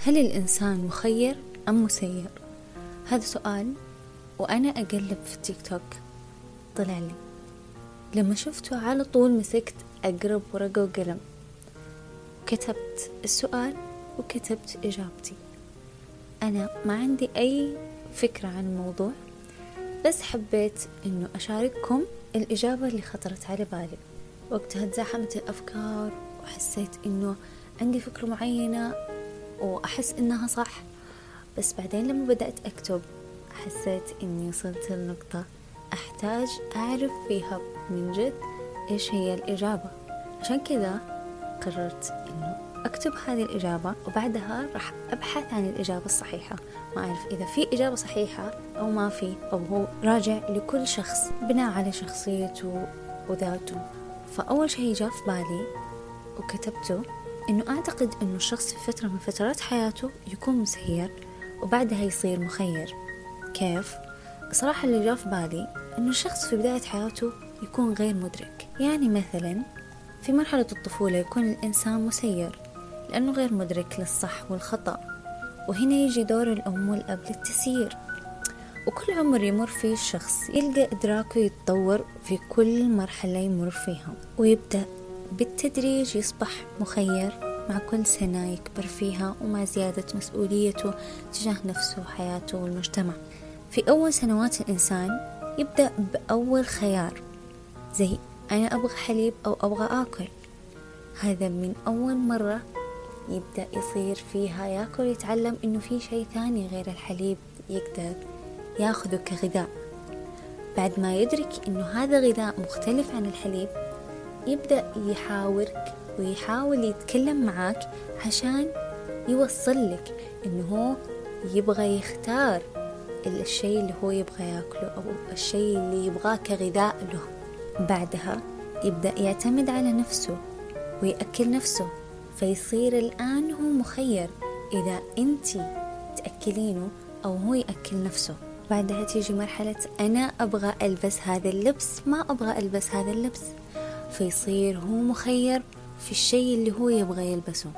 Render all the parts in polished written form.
هل الإنسان مخير أم مسير؟ هذا سؤال وأنا أقلب في التيك توك طلع لي. لما شفته على طول مسكت أقرب ورقة وقلم، كتبت السؤال وكتبت إجابتي. أنا ما عندي أي فكرة عن الموضوع، بس حبيت إنه أشارككم الإجابة اللي خطرت على بالي. وقتها تزاحمت الأفكار وحسيت إنه عندي فكرة معينة وأحس إنها صح، بس بعدين لما بدأت أكتب حسيت إني وصلت لنقطة أحتاج أعرف فيها من جد إيش هي الإجابة. عشان كذا قررت إنه أكتب هذه الإجابة، وبعدها راح أبحث عن الإجابة الصحيحة. ما أعرف إذا في إجابة صحيحة أو ما في، أو هو راجع لكل شخص بناء على شخصيته وذاته. فأول شيء جاء في بالي وكتبته إنه أعتقد إنه الشخص في فترة من فترات حياته يكون مسير وبعدها يصير مخير. كيف؟ صراحة اللي جاء في بالي إنه الشخص في بداية حياته يكون غير مدرك. يعني مثلا في مرحلة الطفولة يكون الإنسان مسير لأنه غير مدرك للصح والخطأ، وهنا يجي دور الأم والأب للتسيير. وكل عمر يمر فيه الشخص يلقى إدراكه يتطور في كل مرحلة يمر فيها، ويبدأ بالتدريج يصبح مخير مع كل سنة يكبر فيها ومع زيادة مسؤوليته تجاه نفسه وحياته والمجتمع. في أول سنوات الإنسان يبدأ بأول خيار، زي أنا أبغى حليب أو أبغى آكل. هذا من أول مرة يبدأ يصير فيها يأكل، يتعلم إنه في شيء ثاني غير الحليب يقدر يأخذه كغذاء. بعد ما يدرك إنه هذا غذاء مختلف عن الحليب، يبدأ يحاورك ويحاول يتكلم معك عشان يوصل لك إنه هو يبغى يختار الشيء اللي هو يبغى يأكله أو الشيء اللي يبغاه كغذاء له. بعدها يبدأ يعتمد على نفسه ويأكل نفسه، فيصير الآن هو مخير إذا أنتي تأكلينه أو هو يأكل نفسه. بعدها تيجي مرحلة أنا أبغى ألبس هذا اللبس، ما أبغى ألبس هذا اللبس، فيصير هو مخير في الشيء اللي هو يبغى يلبسه.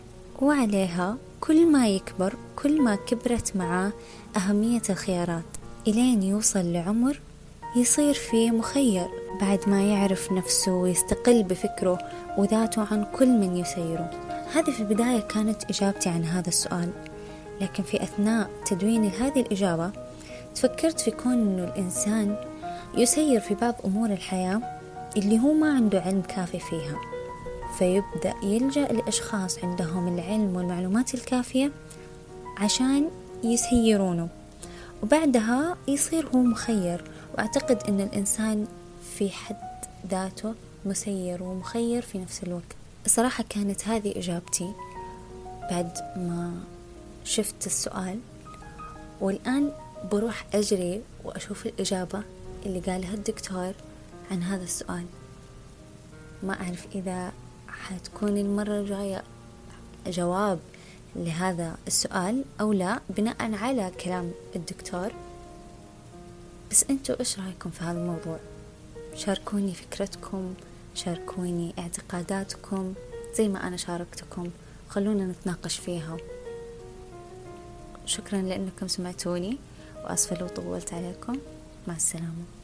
وعليها كل ما يكبر كل ما كبرت معاه أهمية الخيارات، إلين يوصل لعمر يصير فيه مخير بعد ما يعرف نفسه ويستقل بفكره وذاته عن كل من يسيره. هذه في البداية كانت إجابتي عن هذا السؤال، لكن في أثناء تدوين هذه الإجابة تفكرت في كون إنه الإنسان يسير في بعض أمور الحياة اللي هو ما عنده علم كافي فيها، فيبدأ يلجأ لأشخاص عندهم العلم والمعلومات الكافية عشان يسيرونه، وبعدها يصير هو مخير. وأعتقد أن الإنسان في حد ذاته مسير ومخير في نفس الوقت. الصراحة كانت هذه إجابتي بعد ما شفت السؤال، والآن بروح أجري وأشوف الإجابة اللي قالها الدكتور عن هذا السؤال. ما أعرف إذا حتكون المرة الجاية جواب لهذا السؤال أو لا بناء على كلام الدكتور، بس أنتوا إيش رأيكم في هذا الموضوع؟ شاركوني فكرتكم، شاركوني اعتقاداتكم زي ما أنا شاركتكم، خلونا نتناقش فيها. شكرا لأنكم سمعتوني، وأسفة لو طولت عليكم. مع السلامة.